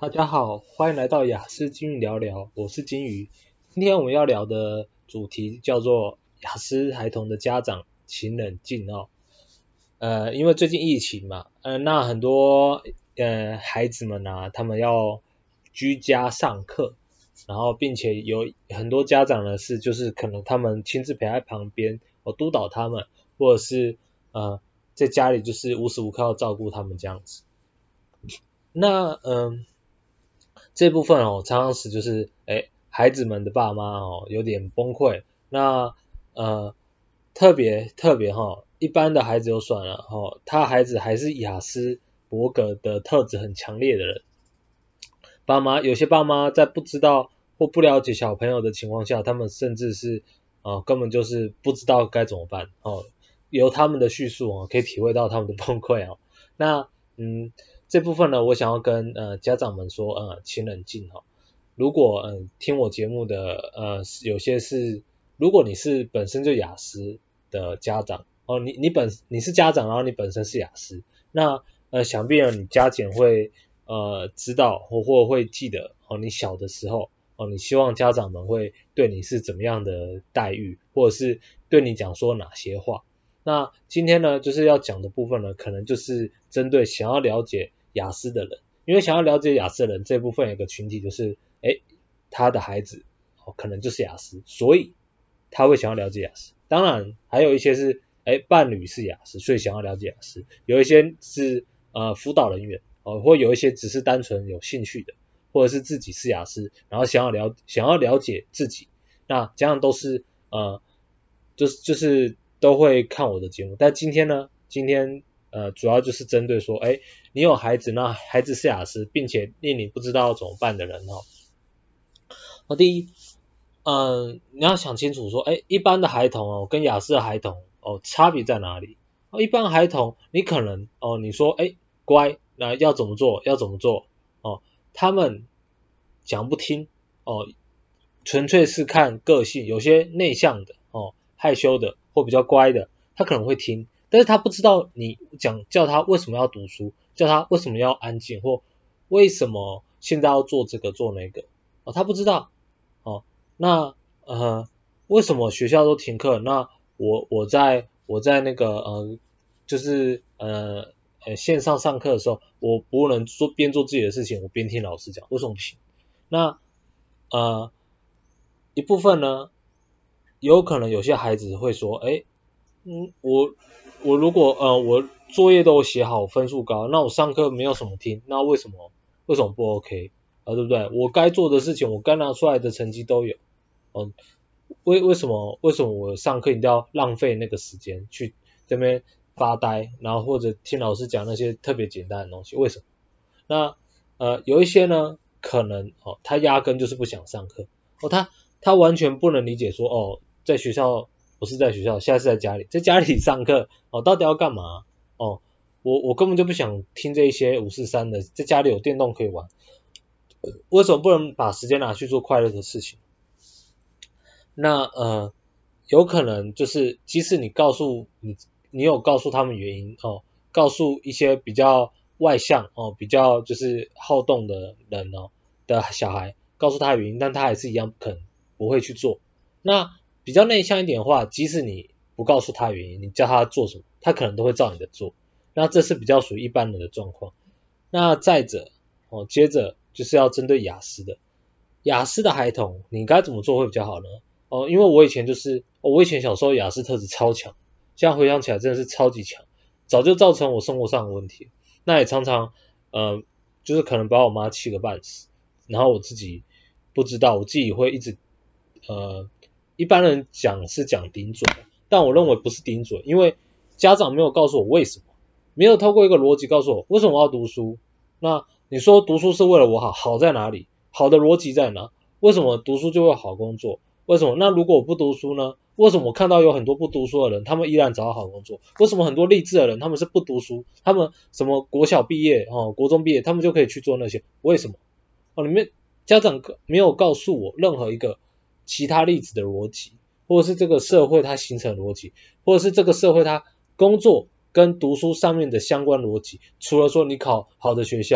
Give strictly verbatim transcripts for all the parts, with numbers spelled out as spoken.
大家好，欢迎来到雅思金鱼聊聊，我是金鱼。今天我们要聊的主题叫做雅思孩童的家长请冷静哦。呃，因为最近疫情嘛，呃，那很多呃孩子们啊，他们要居家上课，然后并且有很多家长呢是就是可能他们亲自陪在旁边，我督导他们，或者是呃在家里就是无时无刻要照顾他们这样子。那嗯。呃这部分哦，常常使就是哎，孩子们的爸妈哦有点崩溃。那呃特别特别哈、哦，一般的孩子就算了哈、哦，他孩子还是雅斯伯格的特质很强烈的人。爸妈有些爸妈在不知道或不了解小朋友的情况下，他们甚至是呃根本就是不知道该怎么办哦。由他们的叙述哦，可以体会到他们的崩溃哦。那嗯，这部分呢，我想要跟呃家长们说，呃，请冷静哈、哦。如果嗯、呃、听我节目的呃有些是，如果你是本身就雅思的家长哦，你你本你是家长，然后你本身是雅思，那呃想必呢你加减会呃知道或或会记得哦，你小的时候哦，你希望家长们会对你是怎么样的待遇，或者是对你讲说哪些话。那今天呢，就是要讲的部分呢，可能就是针对想要了解雅思的人，因为想要了解雅思的人这部分有个群体，就是诶他的孩子哦可能就是雅思，所以他会想要了解雅思。当然还有一些是诶伴侣是雅思，所以想要了解雅思。有一些是呃辅导人员哦，或有一些只是单纯有兴趣的，或者是自己是雅思，然后想要了想要了解自己，那这样都是呃就是就是都会看我的节目。但今天呢，今天呃主要就是针对说，哎，你有孩子，那孩子是雅思，并且令你不知道怎么办的人哦。那第一，嗯、呃，你要想清楚说，哎，一般的孩童哦，跟雅思的孩童哦，差别在哪里？哦，一般孩童，你可能哦，你说，哎，乖，那要怎么做？要怎么做？哦，他们讲不听哦，纯粹是看个性，有些内向的哦，害羞的或比较乖的，他可能会听，但是他不知道你讲叫他为什么要读书，叫他为什么要安静，或为什么现在要做这个做那个哦，他不知道哦。那呃，为什么学校都停课？那我我在我在那个呃，就是呃呃线上上课的时候，我不能做边做自己的事情，我边听老师讲，为什么不行？那呃一部分呢，有可能有些孩子会说，哎，嗯，我我如果呃我作业都写好，分数高，那我上课没有什么听，那为什么为什么不 OK 啊？对不对？我该做的事情，我该拿出来的成绩都有，嗯，为为什么为什么我上课一定要浪费那个时间去这边发呆，然后或者听老师讲那些特别简单的东西？为什么？那呃有一些呢，可能哦他压根就是不想上课，哦他他完全不能理解说哦在学校不是在学校，现在是在家里，在家里上课哦到底要干嘛？哦我我根本就不想听这一些五四三的，在家里有电动可以玩，为什么不能把时间拿去做快乐的事情？那呃，有可能就是即使你告诉你，你有告诉他们原因哦，告诉一些比较外向哦，比较就是好动的人哦的小孩，告诉他原因，但他还是一样不肯不会去做。那比较内向一点的话，即使你不告诉他原因，你叫他做什么，他可能都会照你的做。那这是比较属于一般人的状况。那再者哦，接着就是要针对雅思的，雅思的孩童，你该怎么做会比较好呢？哦，因为我以前就是，哦、我以前小时候雅思特质超强，现在回想起来真的是超级强，早就造成我生活上的问题。那也常常，呃，就是可能把我妈气个半死，然后我自己不知道，我自己会一直，呃，一般人讲是讲顶嘴，但我认为不是顶嘴，因为家长没有告诉我为什么，没有透过一个逻辑告诉我为什么我要读书。那你说读书是为了我好，好在哪里？好的逻辑在哪？为什么读书就会好工作？为什么？那如果我不读书呢？为什么我看到有很多不读书的人，他们依然找到好工作？为什么很多励志的人，他们是不读书，他们什么国小毕业哦，国中毕业，他们就可以去做那些？为什么？哦，你们家长没有告诉我任何一个其他例子的逻辑，或者是这个社会它形成的逻辑，或者是这个社会它工作跟读书上面的相关逻辑，除了说你考好的学校，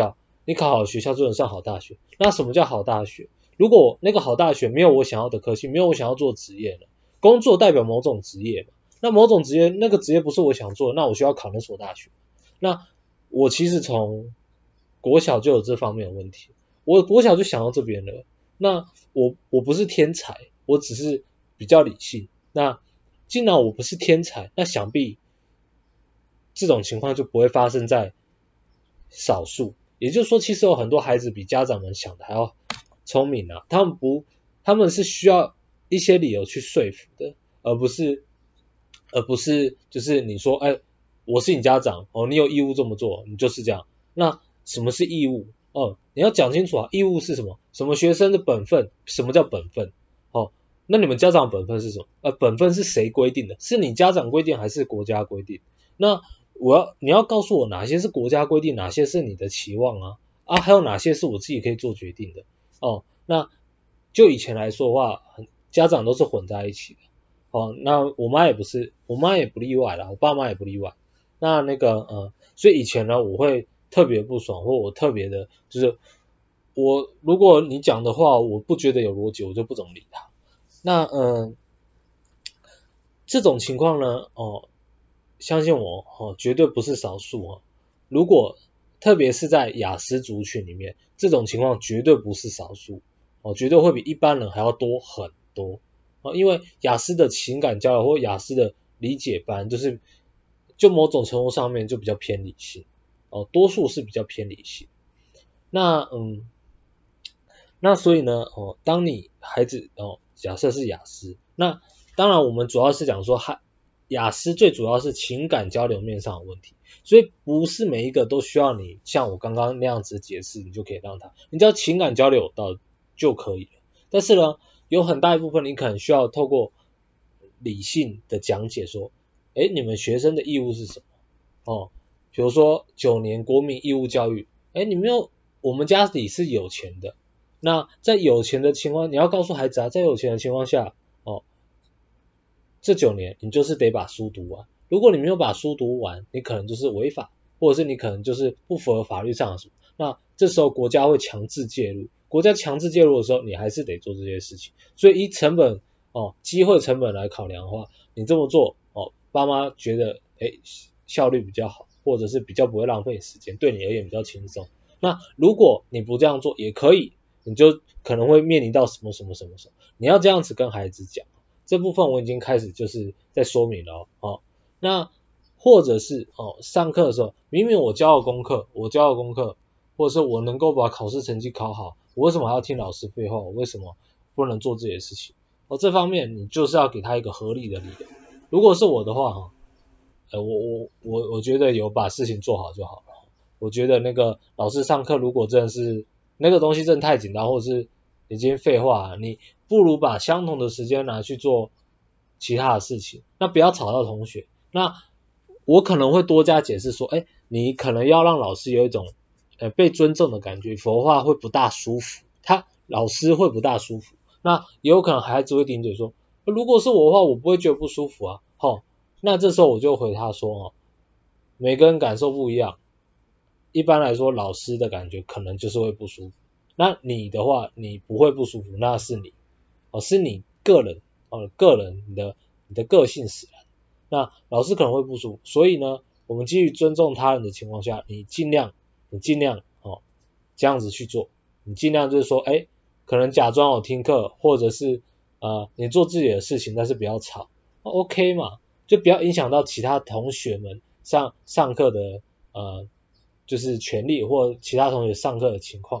你考好学校就能上好大学。那什么叫好大学？如果那个好大学没有我想要的科系，没有我想要做职业了，工作代表某种职业嘛，那某种职业那个职业不是我想做的，那我需要考那所大学。那我其实从国小就有这方面的问题，我国小就想到这边了。那我我不是天才，我只是比较理性。那既然我不是天才，那想必这种情况就不会发生在少数。也就是说，其实有很多孩子比家长们想的还要聪明啊，他们不，他们是需要一些理由去说服的，而不是，而不是就是你说，哎，我是你家长，哦，你有义务这么做，你就是这样。那什么是义务？哦，你要讲清楚啊，义务是什么？什么学生的本分？什么叫本分？哦，那你们家长本分是什么？呃，本分是谁规定的？是你家长规定还是国家规定？那我要你要告诉我哪些是国家规定，哪些是你的期望啊？啊，还有哪些是我自己可以做决定的？哦，那就以前来说的话，家长都是混在一起的。哦，那我妈也不是，我妈也不例外啦，我爸妈也不例外。那那个呃，所以以前呢，我会特别不爽，或我特别的，就是我如果你讲的话，我不觉得有逻辑，我就不怎么理他。那嗯、呃，这种情况呢，哦，相信我，哦，绝对不是少数哦。如果特别是在亚斯族群里面，这种情况绝对不是少数，哦，绝对会比一般人还要多很多。哦，因为雅思的情感交流或雅思的理解班，就是就某种程度上面就比较偏理性，哦，多数是比较偏理性。那嗯，那所以呢，哦，当你孩子哦，假设是雅思，那当然我们主要是讲说，哈，雅思最主要是情感交流面上的问题，所以不是每一个都需要你像我刚刚那样子解释，你就可以让他，你只要情感交流有到就可以了。但是呢，有很大一部分你可能需要透过理性的讲解说，哎，你们学生的义务是什么？哦，比如说九年国民义务教育，哎，你没有，我们家里是有钱的。那在有钱的情况，你要告诉孩子啊，在有钱的情况下，哦，这九年你就是得把书读完。如果你没有把书读完，你可能就是违法，或者是你可能就是不符合法律上的什么。那这时候国家会强制介入，国家强制介入的时候，你还是得做这些事情。所以以成本哦，机会成本来考量的话，你这么做哦，爸妈觉得哎效率比较好，或者是比较不会浪费时间，对你而言比较轻松。那如果你不这样做也可以，你就可能会面临到什么什么什么什么，你要这样子跟孩子讲。这部分我已经开始就是在说明了哦。哦那或者是哦，上课的时候，明明我教的功课，我教的功课，或者是我能够把考试成绩考好，我为什么还要听老师废话？我为什么不能做这些事情？哦，这方面你就是要给他一个合理的理由。如果是我的话，哈，呃，我我我我觉得有把事情做好就好了。我觉得那个老师上课如果真的是那个东西真的太紧张，或者是已经废话，你不如把相同的时间拿去做其他的事情，那不要吵到同学。那我可能会多加解释说，哎，你可能要让老师有一种呃被尊重的感觉，否则话会不大舒服，他老师会不大舒服。那也有可能孩子会顶嘴说，如果是我的话，我不会觉得不舒服啊。齁，那这时候我就回他说，哦，每个人感受不一样，一般来说老师的感觉可能就是会不舒服。那你的话，你不会不舒服，那是你，哦，是你个人，哦，个人你的你的个性使然。那老师可能会不舒服，所以呢，我们基于尊重他人的情况下，你尽量你尽量哦这样子去做，你尽量就是说，哎，可能假装有听课，或者是呃你做自己的事情，但是不要吵，哦，OK 嘛，就不要影响到其他同学们上上课的呃就是权利或其他同学上课的情况。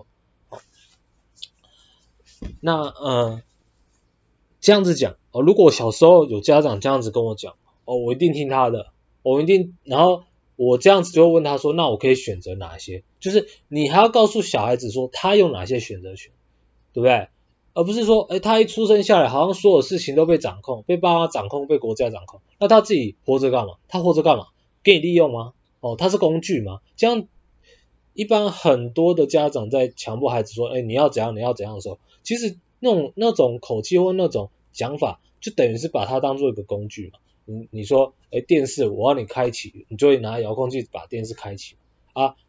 那呃这样子讲哦，如果小时候有家长这样子跟我讲，哦，我一定听他的，我一定，然后我这样子就会问他说，那我可以选择哪些？就是你还要告诉小孩子说他有哪些选择权，对不对？而不是说，哎，他一出生下来，好像所有事情都被掌控，被爸妈掌控，被国家掌控，那他自己活着干嘛？他活着干嘛？给你利用吗？哦，他是工具吗？这样一般很多的家长在强迫孩子说，哎，你要怎样，你要怎样的时候，其实那种那种口气或那种讲法，就等于是把它当做一个工具嘛。你你说，哎，电视我要你开启，你就会拿遥控器把电视开启啊。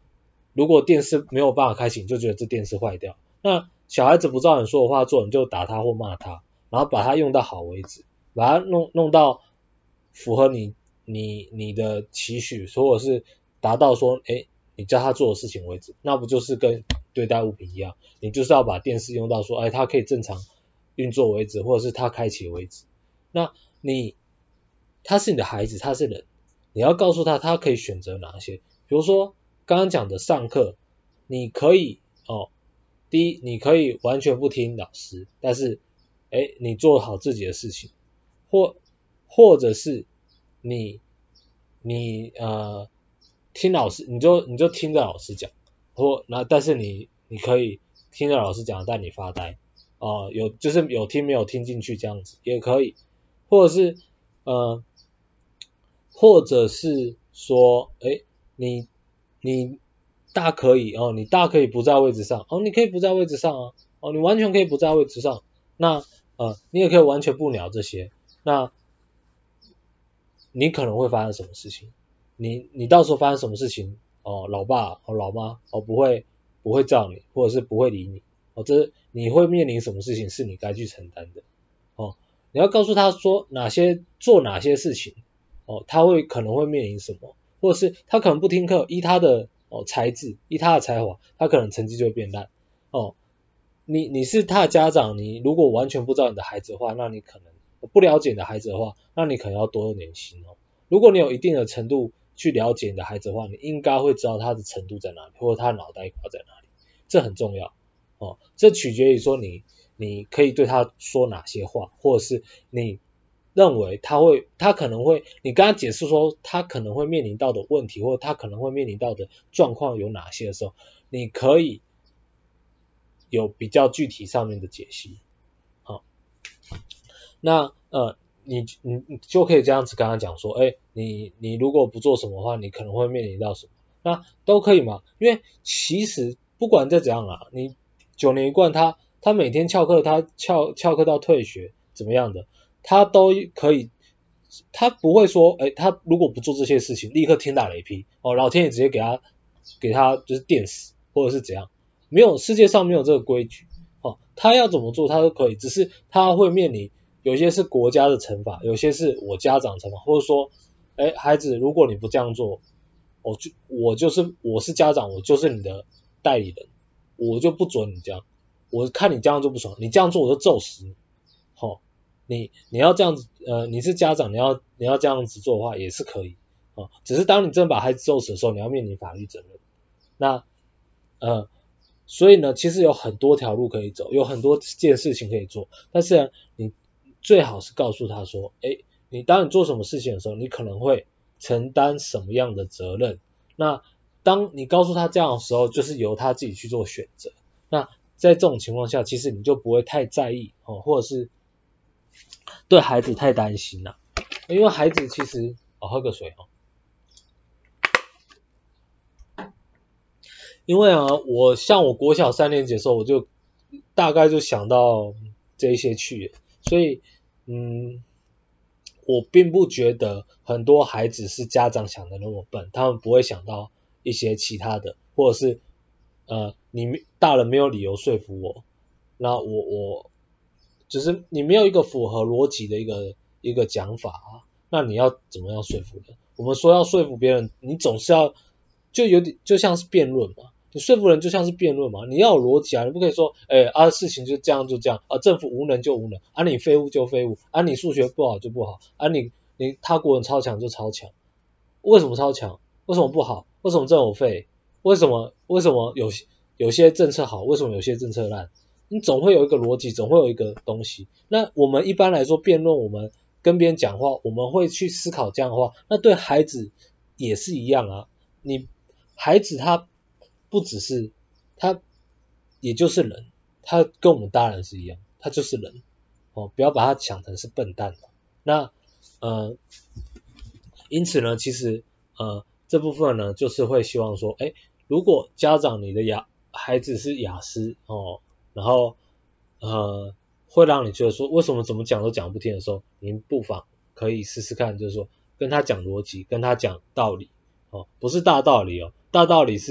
如果电视没有办法开启，你就觉得这电视坏掉。那小孩子不照你说的话做，你就打他或骂他，然后把他用到好为止，把他弄弄到符合你你你的期许，或者是达到说，哎，你叫他做的事情为止，那不就是跟对待物品一样？你就是要把电视用到说，哎，它可以正常运作为止，或者是它开启为止。那你他是你的孩子，他是人，你要告诉他他可以选择哪些，比如说刚刚讲的上课，你可以哦，第一你可以完全不听老师，但是哎你做好自己的事情，或或者是你你呃听老师，你就你就听着老师讲，或那但是你你可以听着老师讲，但你发呆哦、呃，有就是有听没有听进去这样子也可以，或者是呃或者是说，哎，你你大可以哦，你大可以不在位置上哦，你可以不在位置上啊，哦，你完全可以不在位置上，那呃，你也可以完全不鸟这些，那你可能会发生什么事情？你你到时候发生什么事情？哦，老爸哦，老妈哦，不会不会照你，或者是不会理你，哦，这你会面临什么事情是你该去承担的？哦，你要告诉他说哪些做哪些事情，哦，他会可能会面临什么，或者是他可能不听课，依他的哦才智，依他的才华，他可能成绩就会变烂。哦，你你是他的家长，你如果完全不知道你的孩子的话，那你可能不了解你的孩子的话，那你可能要多用点心哦。如果你有一定的程度去了解你的孩子的话，你应该会知道他的程度在哪里，或者他的脑袋瓜在哪里，这很重要哦。这取决于说你你可以对他说哪些话，或者是你认为他会，他可能会，你跟他解释说他可能会面临到的问题，或者他可能会面临到的状况有哪些的时候，你可以有比较具体上面的解析。好，那呃，你你你就可以这样子跟他讲说，哎，你你如果不做什么的话，你可能会面临到什么，那都可以嘛。因为其实不管再怎样啊，你九年一贯他他每天翘课，他翘翘课到退学怎么样的，他都可以，他不会说，哎，他如果不做这些事情，立刻天打雷劈，哦，老天爷直接给他给他就是电死，或者是怎样，没有，世界上没有这个规矩。哦，他要怎么做他都可以，只是他会面临有些是国家的惩罚，有些是我家长惩罚，或者说，哎，孩子，如果你不这样做，我就我就是我是家长，我就是你的代理人，我就不准你这样，我看你这样就不爽，你这样做我就揍死你。好、哦，你你要这样子，呃，你是家长，你要你要这样子做的话也是可以，哦，只是当你真的把孩子揍死的时候，你要面临法律责任。那呃，所以呢，其实有很多条路可以走，有很多件事情可以做，但是呢，你最好是告诉他说，哎，你当你做什么事情的时候，你可能会承担什么样的责任。那当你告诉他这样的时候，就是由他自己去做选择。那在这种情况下，其实你就不会太在意哦，或者是对孩子太担心了，因为孩子其实，哦，喝个水哦。因为啊，我像我国小三年级的时候，我就大概就想到这一些去，所以嗯，我并不觉得很多孩子是家长想的那么笨，他们不会想到一些其他的，或者是呃，你大人没有理由说服我，那我我只是你没有一个符合逻辑的一个一个讲法啊，那你要怎么样说服人？我们说要说服别人，你总是要就有点就像是辩论嘛，你说服人就像是辩论嘛，你要有逻辑啊，你不可以说，哎啊事情就这样就这样啊，政府无能就无能啊，你废物就废物啊，你数学不好就不好啊，你你他国人超强就超强，为什么超强？为什么不好？为什么政府废？为什么为什么有有些政策好？为什么有些政策烂？你总会有一个逻辑，总会有一个东西。那我们一般来说辩论，我们跟别人讲话，我们会去思考这样的话，那对孩子也是一样啊。你孩子他不只是他，也就是人，他跟我们大人是一样，他就是人哦，不要把他想成是笨蛋。那呃，因此呢，其实呃这部分呢，就是会希望说，哎，如果家长你的雅孩子是雅思哦，然后呃会让你觉得说，为什么怎么讲都讲不听的时候，您不妨可以试试看，就是说跟他讲逻辑，跟他讲道理哦，不是大道理哦，大道理是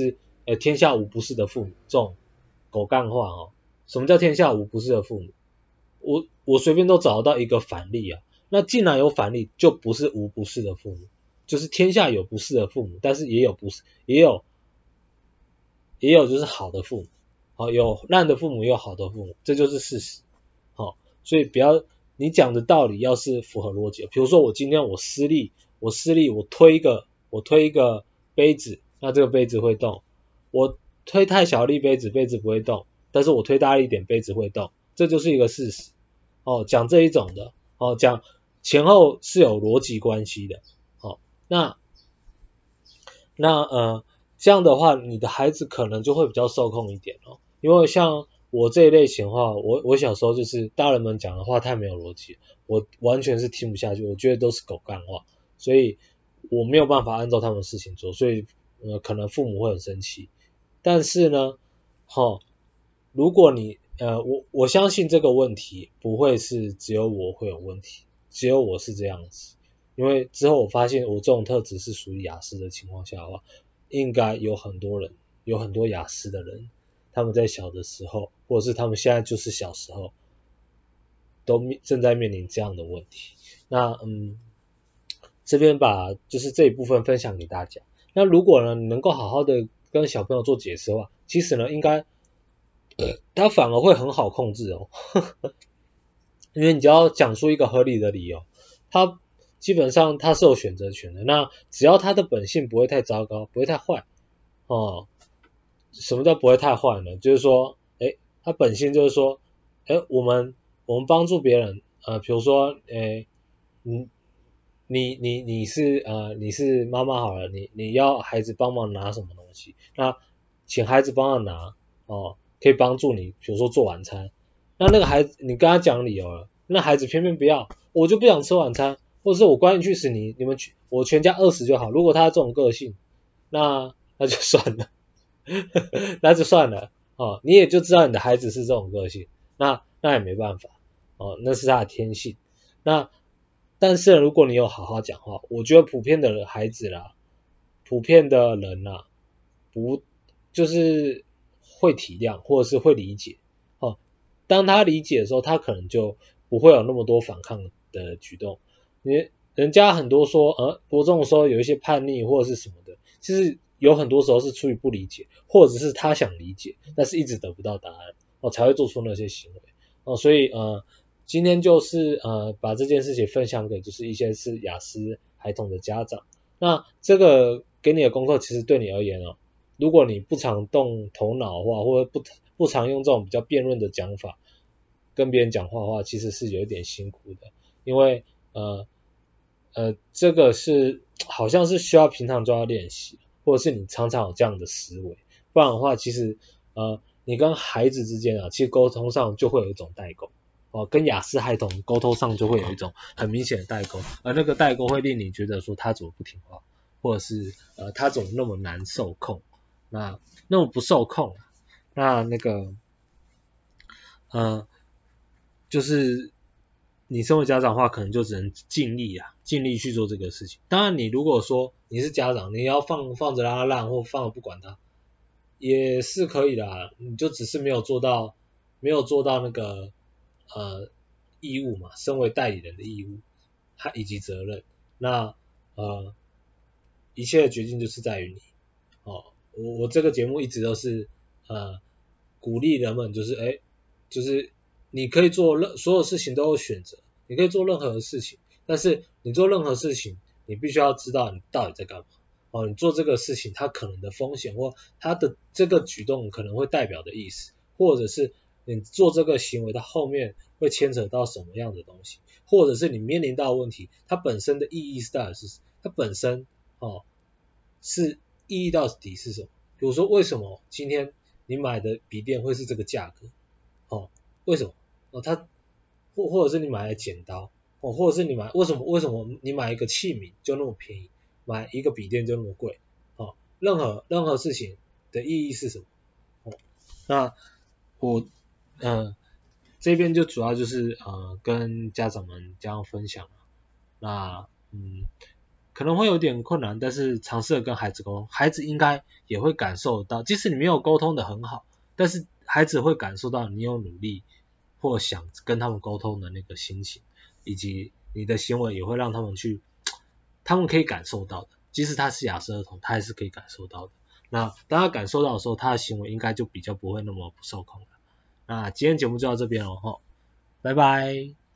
呃天下无不是的父母这种狗干话哦。什么叫天下无不是的父母？我我随便都找得到一个反例啊。那既然有反例，就不是无不是的父母，就是天下有不是的父母，但是也有不是，也有也有就是好的父母，好，有烂的父母，也有好的父母，这就是事实。好，所以不要你讲的道理要是符合逻辑。比如说我今天我施力，我施力我推一个我推一个杯子，那这个杯子会动。我推太小力杯子，杯子不会动，但是我推大力一点，杯子会动，这就是一个事实。哦，讲这一种的，哦，讲前后是有逻辑关系的。哦，那那呃这样的话，你的孩子可能就会比较受控一点哦。因为像我这一类型的话，我我小时候就是大人们讲的话太没有逻辑，我完全是听不下去，我觉得都是狗干话，所以我没有办法按照他们的事情做，所以呃可能父母会很生气。但是呢，齁，如果你呃我我相信这个问题不会是只有我会有问题，只有我是这样子。因为之后我发现我这种特质是属于亚斯的情况下的话，应该有很多人，有很多亚斯的人，他们在小的时候，或者是他们现在就是小时候，都正在面临这样的问题。那嗯，这边把就是这一部分分享给大家。那如果呢，你能够好好的跟小朋友做解释的话，其实呢，应该他反而会很好控制哦，因为你只要讲出一个合理的理由，他基本上他是有选择权的。那只要他的本性不会太糟糕，不会太坏哦。什么叫不会太坏呢？就是说，诶，他本性就是说，诶，我们我们帮助别人，呃，比如说，诶，你你你你是呃你是妈妈好了，你你要孩子帮忙拿什么东西，那请孩子帮忙拿哦，可以帮助你，比如说做晚餐。那那个孩子你跟他讲理由了，那孩子偏偏不要，我就不想吃晚餐，或者是我关你去死，你你们去我全家饿死就好。如果他这种个性，那那就算了。那就算了哦，你也就知道你的孩子是这种个性，那那也没办法哦，那是他的天性。那但是如果你有好好讲话，我觉得普遍的孩子啦，普遍的人啦，不就是会体谅或者是会理解哦。当他理解的时候，他可能就不会有那么多反抗的举动。你人家很多说，呃，国中的时候有一些叛逆或者是什么的，其实有很多时候是出于不理解，或者是他想理解，但是一直得不到答案，哦，才会做出那些行为。哦，所以呃，今天就是呃把这件事情分享给就是一些是雅思孩童的家长。那这个给你的功课，其实对你而言哦，如果你不常动头脑的话，或者不不常用这种比较辩论的讲法跟别人讲话的话，其实是有一点辛苦的，因为呃呃这个是好像是需要平常就要练习，或者是你常常有这样的思维，不然的话，其实呃你跟孩子之间啊，其实沟通上就会有一种代沟。哦，跟雅思孩童沟通上就会有一种很明显的代沟，而那个代沟会令你觉得说他怎么不听话，或者是呃他怎么那么难受控，那那么不受控，那那个呃就是你身为家长的话，可能就只能尽力啊，尽力去做这个事情。当然，你如果说你是家长，你要放放着让他烂，或放着不管他，也是可以的啊，你就只是没有做到，没有做到那个呃义务嘛，身为代理人的义务，他以及责任。那呃一切的决定就是在于你。哦，我我这个节目一直都是呃鼓励人们，就是哎，就是你可以做任所有事情都有选择，你可以做任何的事情，但是你做任何事情，你必须要知道你到底在干嘛。哦，你做这个事情，它可能的风险或它的这个举动可能会代表的意思，或者是你做这个行为，它后面会牵扯到什么样的东西，或者是你面临到的问题，它本身的意义是到底是它本身哦是意义到底是什么？比如说为什么今天你买的笔电会是这个价格？哦，为什么？哦，它或或者是你买了剪刀，哦，或者是你买为什么为什么你买一个器皿就那么便宜，买一个笔电就那么贵？哦，任何任何事情的意义是什么？哦，那我嗯、呃、这边就主要就是呃跟家长们这样分享。那嗯可能会有点困难，但是尝试着跟孩子沟通，孩子应该也会感受到，即使你没有沟通的很好，但是孩子会感受到你有努力或想跟他们沟通的那个心情，以及你的行为也会让他们去，他们可以感受到的，即使他是亚斯儿童，他还是可以感受到的。那当他感受到的时候，他的行为应该就比较不会那么不受控了。那今天节目就到这边了吼，拜拜。